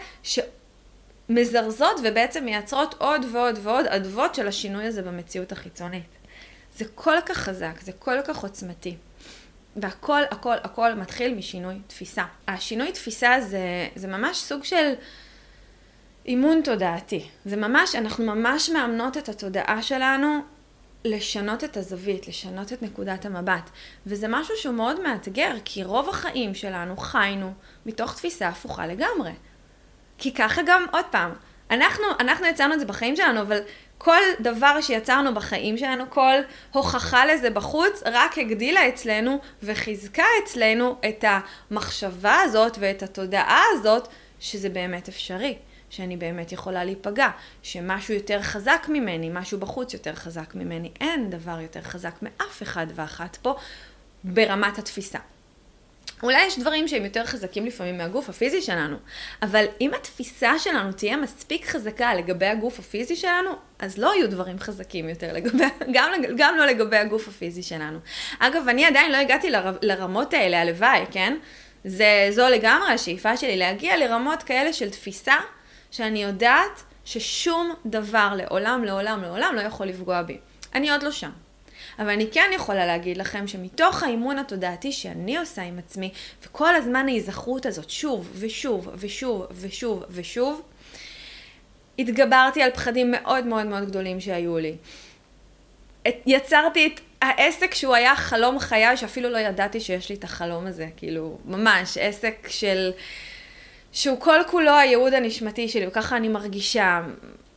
S1: שמזרזות ובעצם מייצרות עוד ועוד ועוד עדבות של השינוי הזה במציאות החיצונית. זה כל כך חזק, זה כל כך עוצמתי. והכל, הכל, הכל מתחיל משינוי תפיסה. השינוי תפיסה זה, זה ממש סוג של אימון תודעתי. זה ממש, אנחנו ממש מאמנות את התודעה שלנו לשנות את הזווית, לשנות את נקודת המבט. וזה משהו שהוא מאוד מאתגר, כי רוב החיים שלנו חיינו מתוך תפיסה הפוכה לגמרי. כי ככה גם, עוד פעם, אנחנו, אנחנו יצרנו את זה בחיים שלנו, אבל כל דבר שיצרנו בחיים שלנו, כל הוכחה לזה בחוץ, רק הגדילה אצלנו וחיזקה אצלנו את המחשבה הזאת ואת התודעה הזאת, שזה באמת אפשרי, שאני באמת יכולה להיפגע, שמשהו יותר חזק ממני, משהו בחוץ יותר חזק ממני. אין דבר יותר חזק מאף אחד ואחת פה ברמת התפיסה. אולי יש דברים שהם יותר חזקים לפעמים מהגוף הפיזי שלנו, אבל אם התפיסה שלנו תהיה מספיק חזקה לגבי הגוף הפיזי שלנו, אז לא יהיו דברים חזקים יותר לגבי, גם, גם לא לגבי הגוף הפיזי שלנו. אגב, אני עדיין לא הגעתי לר, לרמות האלה, הלוואי, כן? זה, זו לגמרי השאיפה שלי, להגיע לרמות כאלה של תפיסה, שאני יודעת ששום דבר לעולם, לעולם, לעולם לא יכול לפגוע בי. אני עוד לא שם. אבל אני כן יכולה להגיד לכם שמתוך האימון התודעתי שאני עושה עם עצמי, וכל הזמן ההיזכרות הזאת שוב ושוב ושוב ושוב ושוב, התגברתי על פחדים מאוד מאוד מאוד גדולים שהיו לי. יצרתי את העסק שהוא היה חלום חיי, שאפילו לא ידעתי שיש לי את החלום הזה, כאילו ממש עסק של... שהוא כל כולו הייעוד הנשמתי שלי, וככה אני מרגישה.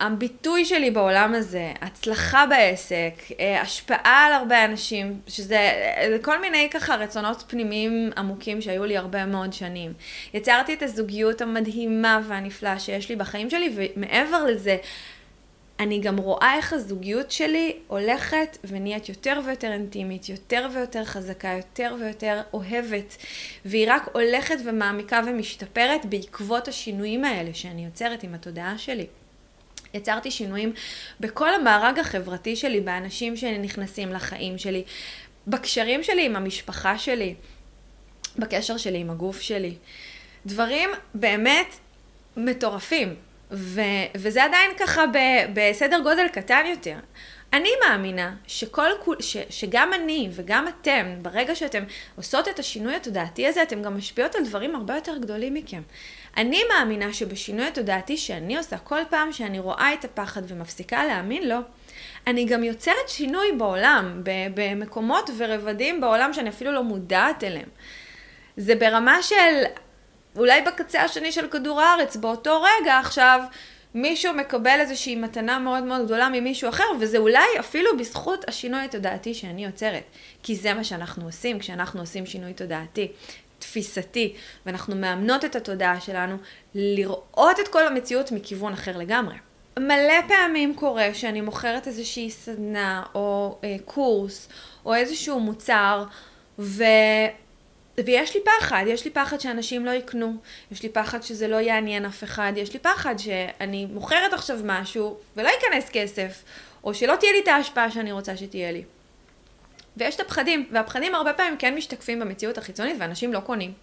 S1: הביטוי שלי בעולם הזה, הצלחה בעסק, השפעה על הרבה אנשים, שזה כל מיני ככה רצונות פנימיים עמוקים שהיו לי הרבה מאוד שנים. יצרתי את הזוגיות המדהימה והנפלאה שיש לי בחיים שלי, ומעבר לזה, אני גם רואה איך הזוגיות שלי הולכת ונהיית יותר ויותר אינטימית, יותר ויותר חזקה, יותר ויותר אוהבת, והיא רק הולכת ומעמיקה ומשתפרת בעקבות השינויים האלה שאני יוצרת עם התודעה שלי. יצרתי שינויים בכל המארג החברתי שלי, באנשים שנכנסים לחיים שלי, בקשרים שלי עם המשפחה שלי, בקשר שלי עם הגוף שלי. דברים באמת מטורפים, ו- וזה עדיין ככה ב- בסדר גודל קטן יותר. אני מאמינה שכל, ש- שגם אני וגם אתם, ברגע שאתם עושות את השינוי התודעתי הזה, אתם גם משפיעות על דברים הרבה יותר גדולים מכם. אני מאמינה שבשינוי התודעתי שאני עושה כל פעם שאני רואה את הפחד ומפסיקה להאמין לו, אני גם יוצרת שינוי בעולם, במקומות ורבדים בעולם שאני אפילו לא מודעת אליהם. זה ברמה של, אולי בקצה השני של כדור הארץ, באותו רגע עכשיו מישהו מקבל איזושהי מתנה מאוד מאוד גדולה ממישהו אחר, וזה אולי אפילו בזכות השינוי התודעתי שאני יוצרת. כי זה מה שאנחנו עושים כשאנחנו עושים שינוי תודעתי. תפיסתי, ואנחנו מאמנות את התודעה שלנו לראות את כל המציאות מכיוון אחר לגמרי. מלא פעמים קורה שאני מוכרת איזושהי סדנה או אה, קורס או איזשהו מוצר ו... ויש לי פחד, יש לי פחד שאנשים לא יקנו, יש לי פחד שזה לא יעניין אף אחד, יש לי פחד שאני מוכרת עכשיו משהו ולא ייכנס כסף, או שלא תהיה לי את ההשפעה שאני רוצה שתהיה לי. ויש את הפחדים, והפחדים הרבה פעמים כן משתקפים במציאות החיצונית, ואנשים לא קונים.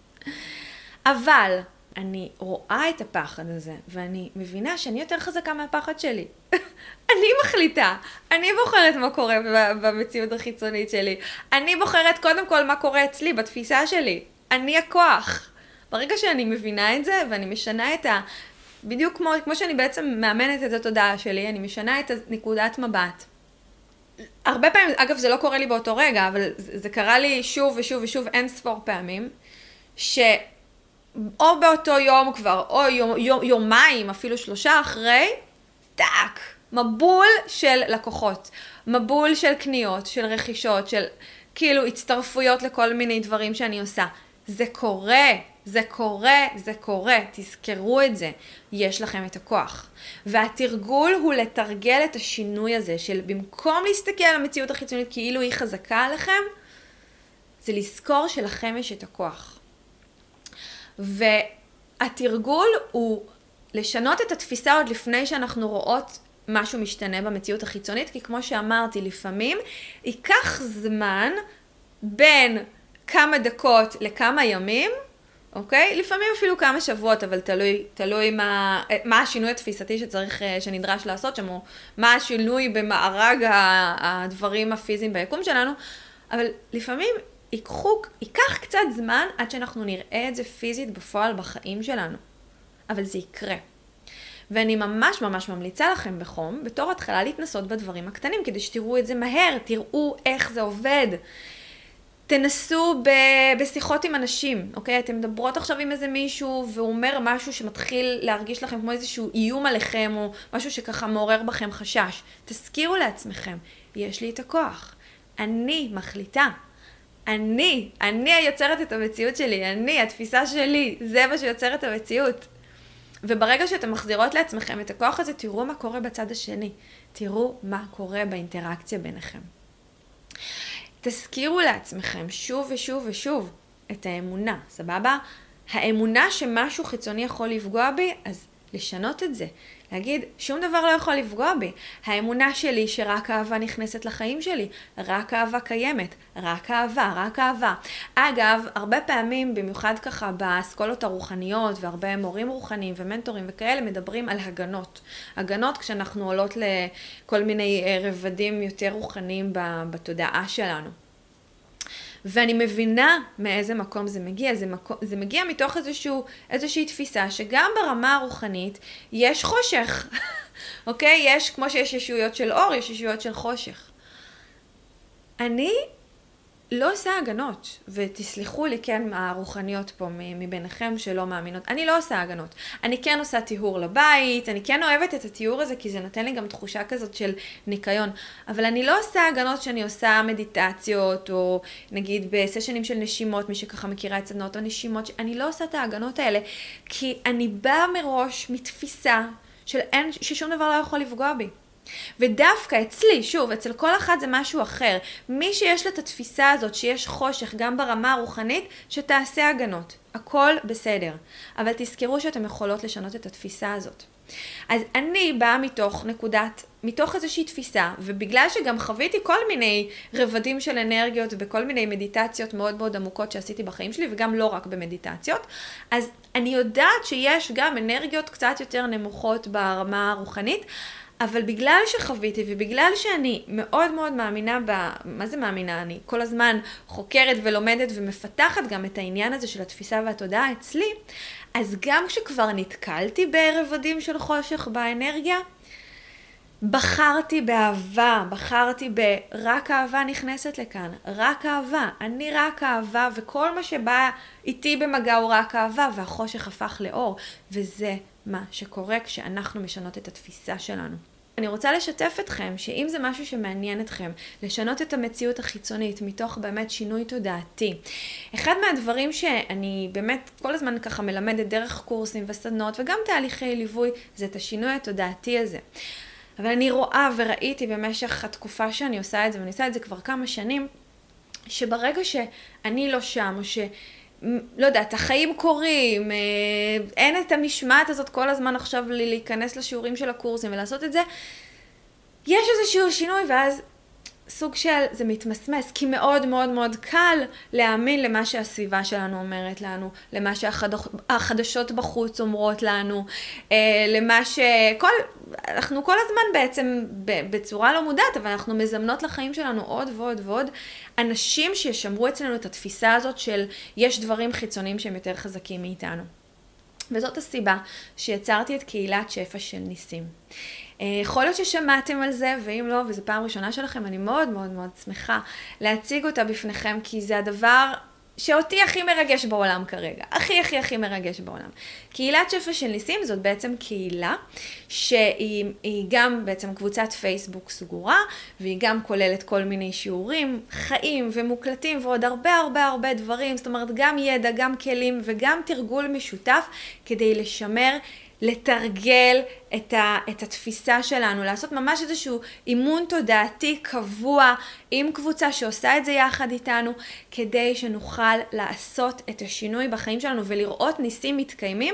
S1: אבל אני רואה את הפחד הזה, ואני מבינה שאני יותר חזקה מהפחד שלי. אני מחליטה, אני בוחרת מה קורה במציאות החיצונית שלי. אני בוחרת קודם כל מה קורה אצלי, בתפיסה שלי. אני הכוח. ברגע שאני מבינה את זה, ואני משנה את ה... בדיוק כמו, כמו שאני בעצם מאמנת את התודעה שלי, אני משנה את נקודת מבט. הרבה פעמים, אגב זה לא קורה לי באותו רגע, אבל זה, זה קרה לי שוב ושוב ושוב אין ספור פעמים, שאו באותו יום כבר, או יום, יום, יומיים, אפילו שלושה אחרי, טאק, מבול של לקוחות, מבול של קניות, של רכישות, של כאילו הצטרפויות לכל מיני דברים שאני עושה. זה קורה, זה קורה, זה קורה, תזכרו את זה, יש לכם את הכוח. והתרגול הוא לתרגל את השינוי הזה של במקום להסתכל על המציאות החיצונית כאילו היא חזקה עליכם, זה לזכור שלכם יש את הכוח. והתרגול הוא לשנות את התפיסה עוד לפני שאנחנו רואות משהו משתנה במציאות החיצונית, כי כמו שאמרתי, לפעמים ייקח זמן בין כמה דקות לכמה ימים, אוקיי? לפעמים אפילו כמה שבועות, אבל תלוי, תלוי מה, מה השינוי התפיסתי שצריך, שנדרש לעשות שם, או מה השינוי במארג הדברים הפיזיים ביקום שלנו, אבל לפעמים ייקחו, ייקח קצת זמן עד שאנחנו נראה את זה פיזית בפועל בחיים שלנו. אבל זה יקרה. ואני ממש ממש ממליצה לכם בחום, בתור התחלה להתנסות בדברים הקטנים, כדי שתראו את זה מהר, תראו איך זה עובד. תנסו ב- בשיחות עם אנשים, אוקיי? אתם מדברות עכשיו עם איזה מישהו, והוא אומר משהו שמתחיל להרגיש לכם כמו איזשהו איום עליכם, או משהו שככה מעורר בכם חשש. תזכירו לעצמכם, יש לי את הכוח. אני מחליטה. אני, אני היוצרת את המציאות שלי, אני, התפיסה שלי, זה מה שיוצר את המציאות. וברגע שאתם מחזירות לעצמכם את הכוח הזה, תראו מה קורה בצד השני. תראו מה קורה באינטראקציה ביניכם. תזכירו לעצמכם שוב ושוב ושוב את האמונה, סבבה? האמונה שמשהו חיצוני יכול לפגוע בי, אז לשנות את זה. להגיד, שום דבר לא יכול לפגוע בי. האמונה שלי שרק אהבה נכנסת לחיים שלי, רק אהבה קיימת, רק אהבה, רק אהבה. אגב, הרבה פעמים, במיוחד ככה באסכולות הרוחניות, והרבה מורים רוחניים ומנטורים וכאלה, מדברים על הגנות. הגנות כשאנחנו עולות לכל מיני רבדים יותר רוחניים בתודעה שלנו. ואני מבינה מאיזה מקום זה מגיע. זה, מקום, זה מגיע מתוך איזשהו, איזושהי תפיסה שגם ברמה הרוחנית יש חושך. אוקיי? יש, כמו שיש ישויות של אור, יש ישויות של חושך. אני לא עושה הגנות, ותסלחו לי, כן, הרוחניות פה מביניכם שלא מאמינות. אני לא עושה הגנות. אני כן עושה טיהור לבית, אני כן אוהבת את הטיהור הזה, כי זה נותן לי גם תחושה כזאת של ניקיון. אבל אני לא עושה הגנות שאני עושה מדיטציות, או נגיד בסשנים של נשימות, מי שככה מכירה את סדנות או נשימות, אני לא עושה את ההגנות האלה, כי אני באה מראש מתפיסה של אין, ששום דבר לא יכול לפגוע בי. ודווקא אצלי, שוב, אצל כל אחד זה משהו אחר. מי שיש לה את התפיסה הזאת, שיש חושך גם ברמה הרוחנית, שתעשה הגנות. הכל בסדר. אבל תזכרו שאתם יכולות לשנות את התפיסה הזאת. אז אני באה מתוך נקודת, מתוך איזושהי תפיסה, ובגלל שגם חוויתי כל מיני רבדים של אנרגיות ובכל מיני מדיטציות מאוד מאוד עמוקות שעשיתי בחיים שלי, וגם לא רק במדיטציות, אז אני יודעת שיש גם אנרגיות קצת יותר נמוכות ברמה הרוחנית, אבל בגלל שחוויתי ובגלל שאני מאוד מאוד מאמינה ב... מה זה מאמינה? אני כל הזמן חוקרת ולומדת ומפתחת גם את העניין הזה של התפיסה והתודעה אצלי, אז גם כשכבר נתקלתי ברבדים של חושך באנרגיה, בחרתי באהבה, בחרתי ברק אהבה נכנסת לכאן, רק אהבה, אני רק אהבה, וכל מה שבא איתי במגע הוא רק אהבה, והחושך הפך לאור, וזה מה שקורה כשאנחנו משנות את התפיסה שלנו. אני רוצה לשתף אתכם שאם זה משהו שמעניין אתכם, לשנות את המציאות החיצונית מתוך באמת שינוי תודעתי. אחד מהדברים שאני באמת כל הזמן ככה מלמדת דרך קורסים וסדנות וגם תהליכי ליווי, זה את השינוי התודעתי הזה. אבל אני רואה וראיתי במשך התקופה שאני עושה את זה, ואני עושה את זה כבר כמה שנים, שברגע שאני לא שם, או ש... לא יודעת, החיים קורים, אין את המשמעת הזאת כל הזמן עכשיו להיכנס לשיעורים של הקורסים ולעשות את זה, יש איזשהו שינוי ואז סוג של זה מתמסמס, כי מאוד מאוד מאוד קל להאמין למה שהסביבה שלנו אומרת לנו, למה שהחדשות בחוץ אומרות לנו, למה שכל, אנחנו כל הזמן בעצם בצורה לא מודעת, אבל אנחנו מזמנות לחיים שלנו עוד ועוד ועוד אנשים שישמרו אצלנו את התפיסה הזאת של יש דברים חיצוניים שהם יותר חזקים מאיתנו. וזאת הסיבה שיצרתי את קהילת שפע של ניסים. יכול להיות ששמעתם על זה, ואם לא, וזו פעם ראשונה שלכם, אני מאוד מאוד מאוד שמחה להציג אותה בפניכם, כי זה הדבר שאותי הכי מרגש בעולם כרגע. הכי הכי הכי מרגש בעולם. קהילת שפע של ניסים זאת בעצם קהילה שהיא היא גם בעצם קבוצת פייסבוק סגורה, והיא גם כוללת כל מיני שיעורים, חיים ומוקלטים ועוד הרבה הרבה הרבה דברים, זאת אומרת גם ידע, גם כלים וגם תרגול משותף כדי לשמר לתרגל את, ה, את התפיסה שלנו, לעשות ממש איזשהו אימון תודעתי קבוע עם קבוצה שעושה את זה יחד איתנו, כדי שנוכל לעשות את השינוי בחיים שלנו ולראות ניסים מתקיימים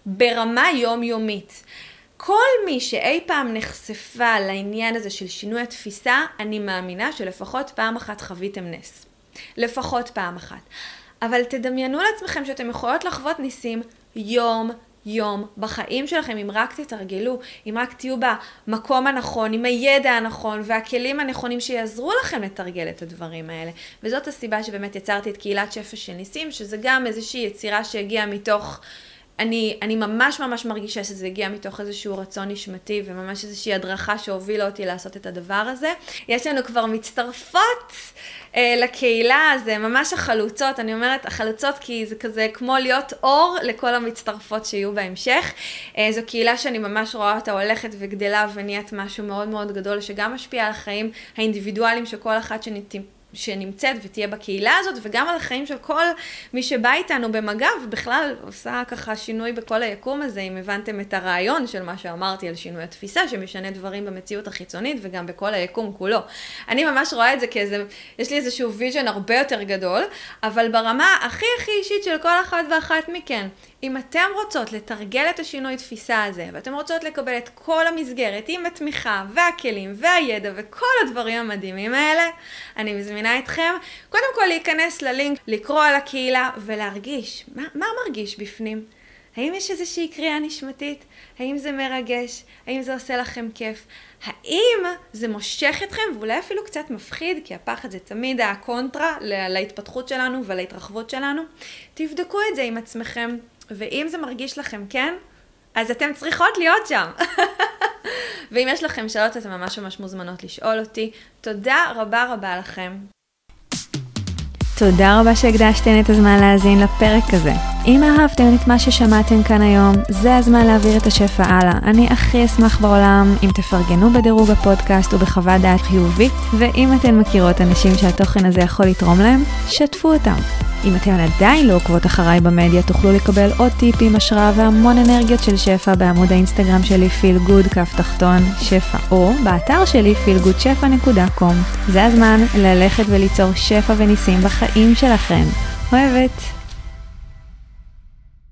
S1: ברמה יומיומית. כל מי שאי פעם נחשפה לעניין הזה של שינוי התפיסה, אני מאמינה שלפחות פעם אחת חוויתם נס. לפחות פעם אחת. אבל תדמיינו לעצמכם שאתם יכולות לחוות ניסים יום יום בחיים שלכם, אם רק תתרגלו, אם רק תהיו במקום הנכון, עם הידע הנכון והכלים הנכונים שיעזרו לכם לתרגל את הדברים האלה. וזאת הסיבה שבאמת יצרתי את קהילת שפע של ניסים, שזה גם איזושהי יצירה שהגיעה מתוך, אני, אני ממש ממש מרגישה שזה הגיע מתוך איזשהו רצון נשמתי, וממש איזושהי הדרכה שהובילה אותי לעשות את הדבר הזה. יש לנו כבר מצטרפות אה, לקהילה, זה ממש החלוצות, אני אומרת החלוצות כי זה כזה כמו להיות אור לכל המצטרפות שיהיו בהמשך. אה, זו קהילה שאני ממש רואה אותה הולכת וגדלה ונהיית משהו מאוד מאוד גדול, שגם משפיע על החיים האינדיבידואליים של כל אחת שנתים. שנמצאת ותהיה בקהילה הזאת, וגם על החיים של כל מי שבא איתנו במגע, ובכלל עושה ככה שינוי בכל היקום הזה, אם הבנתם את הרעיון של מה שאמרתי על שינוי התפיסה, שמשנה דברים במציאות החיצונית, וגם בכל היקום כולו. אני ממש רואה את זה כאיזה, יש לי איזשהו ויז'ן הרבה יותר גדול, אבל ברמה הכי הכי אישית של כל אחת ואחת מכן, אם אתם רוצות לתרגל את השינוי תפיסה הזה, ואתם רוצות לקבל את כל המסגרת עם התמיכה והכלים והידע וכל הדברים המדהימים האלה, אני מזמינה אתכם קודם כל להיכנס ללינק, לקרוא על הקהילה ולהרגיש. מה, מה מרגיש בפנים? האם יש איזושהי קריאה נשמתית? האם זה מרגש? האם זה עושה לכם כיף? האם זה מושך אתכם ואולי אפילו קצת מפחיד, כי הפחד זה תמיד הקונטרה להתפתחות שלנו ולהתרחבות שלנו? תבדקו את זה עם עצמכם. ואם זה מרגיש לכם כן, אז אתם צריכות להיות שם. ואם יש לכם שאלות, אתם ממש ממש מוזמנות לשאול אותי. תודה רבה רבה לכם. תודה רבה שהקדשתן את הזמן להאזין לפרק הזה. אם אהבתם את מה ששמעתם כאן היום, זה הזמן להעביר את השפע הלאה. אני הכי אשמח בעולם אם תפרגנו בדירוג הפודקאסט ובחוות דעת חיובית, ואם אתן מכירות אנשים שהתוכן הזה יכול לתרום להם, שתפו אותם. אם אתן עדיין לא עוקבות אחריי במדיה, תוכלו לקבל עוד טיפים, השראה והמון אנרגיות של שפע בעמוד האינסטגרם שלי feel good כף תחתון שפע, או באתר שלי פיל גוד שפע נקודה קום. זה הזמן ללכת וליצור שפע וניסים בחיים שלכם. אוהבת.